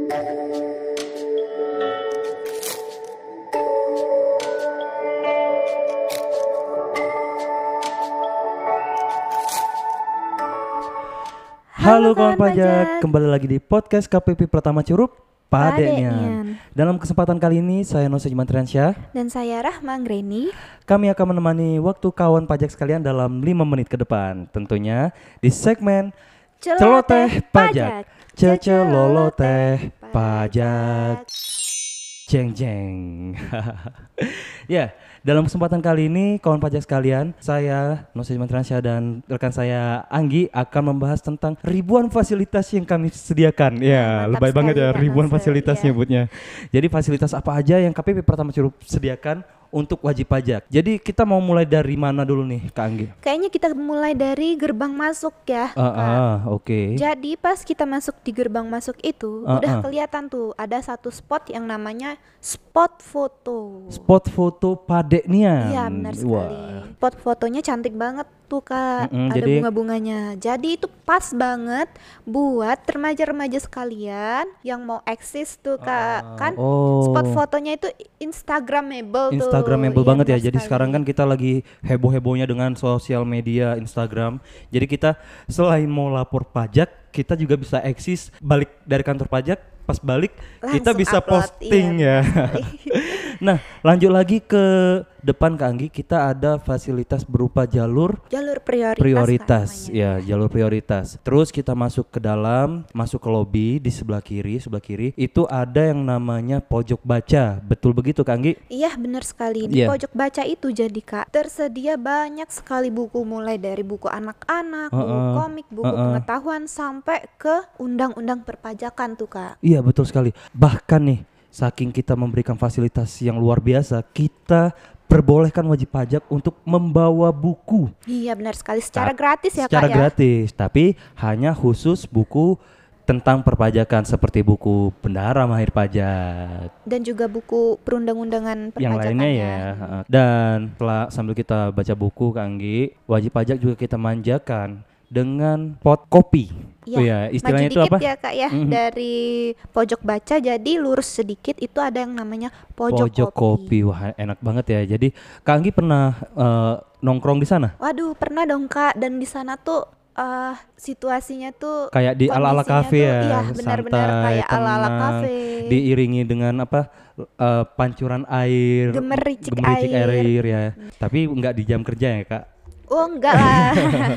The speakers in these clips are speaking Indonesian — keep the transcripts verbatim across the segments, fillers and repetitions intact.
Halo kawan pajak, kembali lagi di podcast K P P Pratama Curup Padenian. Dalam kesempatan kali ini saya Nose Jumantriansyah dan saya Rahma Greni. Kami akan menemani waktu kawan pajak sekalian dalam lima menit ke depan. Tentunya di segmen Celoteh Pajak. Ceceloloteh Pajak. Jeng jeng. Ya, dalam kesempatan kali ini kawan pajak sekalian, saya Nose Jumantriansyah dan rekan saya Anggi akan membahas tentang ribuan fasilitas yang kami sediakan. Ya, lebay banget ya ribuan fasilitas ya. nyebutnya. Jadi fasilitas apa aja yang K P P Pratama Curup sediakan untuk wajib pajak. Jadi kita mau mulai dari mana dulu nih Kak Anggi? Kayaknya kita mulai dari gerbang masuk ya. Uh, uh, Oke. Okay. Jadi pas kita masuk di gerbang masuk itu uh, udah uh. kelihatan tuh ada satu spot yang namanya spot foto. Spot foto Padenian. Iya benar sekali. Wah. Spot fotonya cantik banget tuh Kak. Mm-mm, ada jadi... bunga-bunganya. Jadi itu pas banget buat remaja-remaja sekalian yang mau eksis tuh Kak. Uh, kan oh. spot fotonya itu Instagramable tuh. Instagramable iya, banget ya. Jadi sekali. Sekarang kan kita lagi heboh-hebohnya dengan sosial media Instagram. Jadi kita selain mau lapor pajak, kita juga bisa eksis balik dari kantor pajak. Pas balik langsung kita bisa upload, posting iya, ya. Nah lanjut lagi ke depan Kak Anggi, kita ada fasilitas berupa jalur jalur prioritas, prioritas ya jalur prioritas. Terus kita masuk ke dalam, masuk ke lobi di sebelah kiri, sebelah kiri itu ada yang namanya pojok baca. Betul begitu Kak Anggi? Iya benar sekali. Di yeah. pojok baca itu jadi Kak tersedia banyak sekali buku, mulai dari buku anak-anak, uh-uh. buku komik, buku uh-uh. pengetahuan sampai ke undang-undang perpajakan tuh Kak. Iya betul sekali. Bahkan nih saking kita memberikan fasilitas yang luar biasa, kita perbolehkan wajib pajak untuk membawa buku. Iya benar sekali, secara Ta- gratis ya secara Kak ya. Secara gratis, tapi hanya khusus buku tentang perpajakan seperti buku bendahara mahir pajak dan juga buku perundang-undangan perpajakan yang lainnya ya. Hmm. Dan setelah sambil kita baca buku Kak Anggi, wajib pajak juga kita manjakan dengan pot kopi. Ya, oh ya, istilahnya itu apa? Ya Kak ya, mm-hmm. dari pojok baca jadi lurus sedikit itu ada yang namanya pojok, pojok kopi. kopi. Wah, enak banget ya. Jadi Kak Anggi pernah uh, nongkrong di sana? Waduh, pernah dong Kak. Dan di sana tuh uh, situasinya tuh kayak di ala-ala kafe ya. Iya, benar-benar kayak ala-ala kafe. Diiringi dengan apa? Uh, pancuran air, gemericik, gemericik air. air ya. Hmm. Tapi enggak di jam kerja ya, Kak? Oh enggak lah.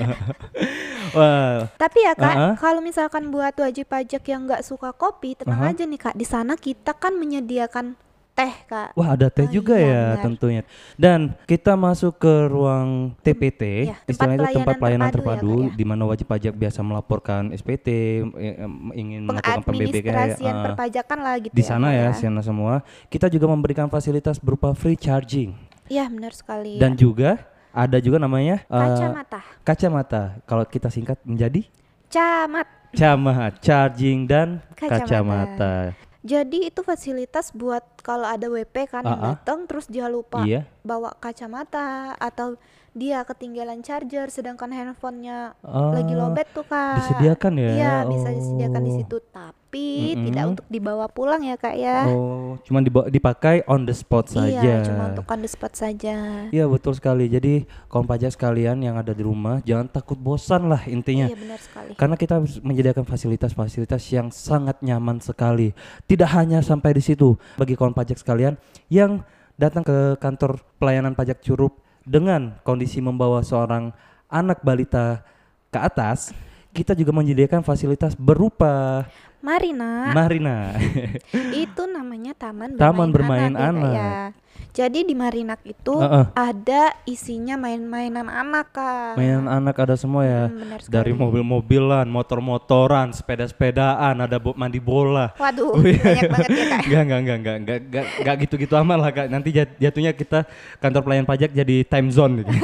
Wow. Tapi ya Kak, uh-huh. kalau misalkan buat wajib pajak yang nggak suka kopi, tenang uh-huh. aja nih Kak. Di sana kita kan menyediakan teh Kak. Wah ada teh oh, juga iya, ya benar. Tentunya. Dan kita masuk ke ruang T P T, ya, istilahnya itu tempat pelayanan terpadu, terpadu ya, di mana wajib pajak biasa melaporkan S P T, ingin melakukan P B B kayak uh, perpajakan lah gitu. Di sana ya, ya, sana semua. Kita juga memberikan fasilitas berupa free charging. Iya benar sekali. Dan ya. juga ada juga namanya kacamata. Uh, kacamata. Kalau kita singkat menjadi camat. Camat, charging dan kacamata. kacamata. Jadi itu fasilitas buat kalau ada W P kan uh-uh. yang datang terus dia lupa iya. bawa kacamata atau dia ketinggalan charger sedangkan handphonenya uh, lagi lowbat tuh Kak. Disediakan ya? Iya oh. bisa disediakan di situ tapi mm-hmm. tidak untuk dibawa pulang ya Kak ya. Oh, cuma dibawa, dipakai on the spot saja. Iya, cuma untuk on the spot saja. Iya betul sekali. Jadi kaum pajak sekalian yang ada di rumah jangan takut bosan lah intinya. Iya benar sekali. Karena kita menyediakan fasilitas-fasilitas yang sangat nyaman sekali. Tidak hanya sampai di situ, bagi kaum pajak sekalian yang datang ke kantor pelayanan pajak Curup dengan kondisi membawa seorang anak balita ke atas, kita juga menyediakan fasilitas berupa Marina. Marina. Itu namanya taman bermain, taman bermain anak. anak. Ya. Jadi di Marinak itu uh-uh. ada isinya main-mainan anak Kak. Mainan anak ada semua ya. Hmm, dari mobil-mobilan, motor-motoran, sepeda-sepedaan, ada bo- mandi bola. Waduh, banyak banget ya Kak. Enggak, enggak, enggak, enggak, enggak, enggak, enggak gitu-gitu amat lah Kak. Nanti jat- jatuhnya kita kantor pelayan pajak jadi time zone gitu.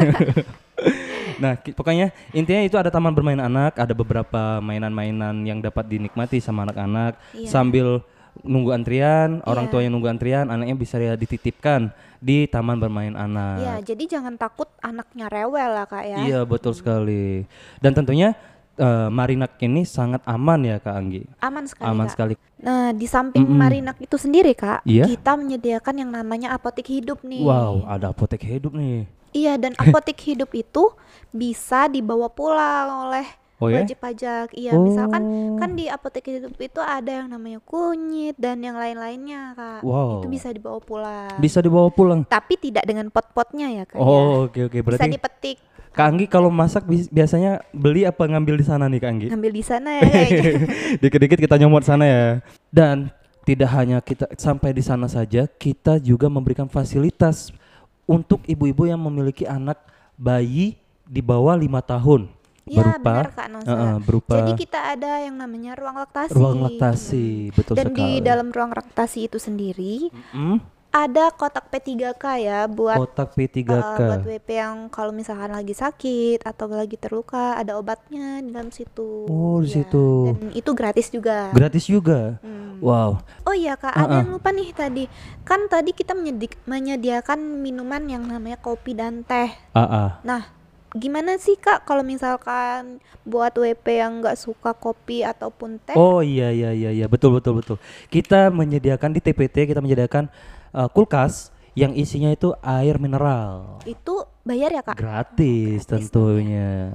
Nah, ki- pokoknya intinya itu ada taman bermain anak, ada beberapa mainan-mainan yang dapat dinikmati sama anak-anak iya. sambil nunggu antrian, orang yeah. tua yang nunggu antrian, anaknya bisa ya dititipkan di taman bermain anak. Iya, yeah, jadi jangan takut anaknya rewel lah Kak ya. Iya, betul sekali. Dan tentunya uh, Marinak ini sangat aman ya Kak Anggi. Aman sekali. Aman Kak. sekali. Nah, di samping Mm-mm. Marinak itu sendiri Kak, Iya? kita menyediakan yang namanya apotek hidup nih. Wow, ada apotek hidup nih. Iya, dan apotek hidup itu bisa dibawa pulang oleh Oh ya? wajib pajak. Iya, Oh. misalkan kan di apotek hidup itu ada yang namanya kunyit dan yang lain-lainnya Kak. Wow. Itu bisa dibawa pulang. Bisa dibawa pulang. Tapi tidak dengan pot-potnya ya Kak. Oh, ya. oke oke. Bisa Berarti dipetik. Kak Anggi kalau masak bi- biasanya beli apa ngambil di sana nih Kak Anggi? Ngambil di sana ya kayaknya. Dikit-dikit kita nyomot sana ya. Dan tidak hanya kita sampai di sana saja, kita juga memberikan fasilitas untuk ibu-ibu yang memiliki anak bayi di bawah lima tahun. Iya berupa benar Kak Nosa. uh, uh, berupa Jadi kita ada yang namanya ruang laktasi. ruang laktasi, betul Dan sekali. di dalam ruang laktasi itu sendiri Mm, ada kotak P tiga K ya buat kotak P tiga K. uh, buat W P yang kalau misalkan lagi sakit atau lagi terluka, ada obatnya di dalam situ. Oh, di Ya, situ. Dan itu gratis juga. Gratis juga. Hmm. Wow. Oh iya Kak, Uh-uh. ada yang lupa nih tadi. Kan tadi kita menyedik- menyediakan minuman yang namanya kopi dan teh. Ah, ah. Nah, gimana sih Kak kalau misalkan buat W P yang nggak suka kopi ataupun teh? Oh iya iya iya iya betul betul betul. Kita menyediakan di T P T kita menyediakan uh, kulkas yang isinya itu air mineral. Itu bayar ya Kak? Gratis Gratis tentunya.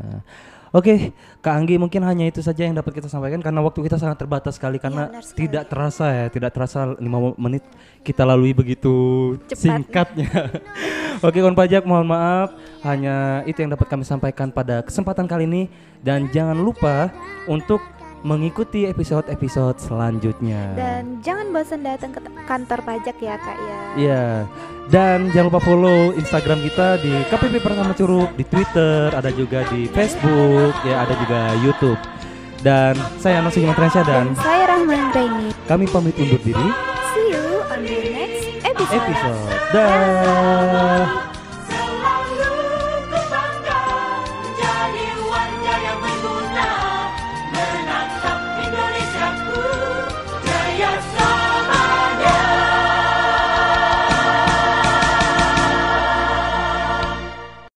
Oke, Kak Anggi mungkin hanya itu saja yang dapat kita sampaikan karena waktu kita sangat terbatas sekali karena benar sekali. tidak terasa ya, tidak terasa lima menit kita lalui begitu Cepat. singkatnya. Oke, kawan pajak mohon maaf, hanya itu yang dapat kami sampaikan pada kesempatan kali ini dan jangan lupa untuk mengikuti episode-episode selanjutnya. Dan jangan bosan datang ke t- kantor pajak ya Kak ya. Iya. Dan jangan lupa follow Instagram kita di K P P Pratama Curug, di Twitter, ada juga di Facebook, ya ada juga YouTube. Dan saya Anosi Himantrensya dan Dan saya Rahman Raini. kami pamit undur diri. See you on the next episode. Episode. Dah.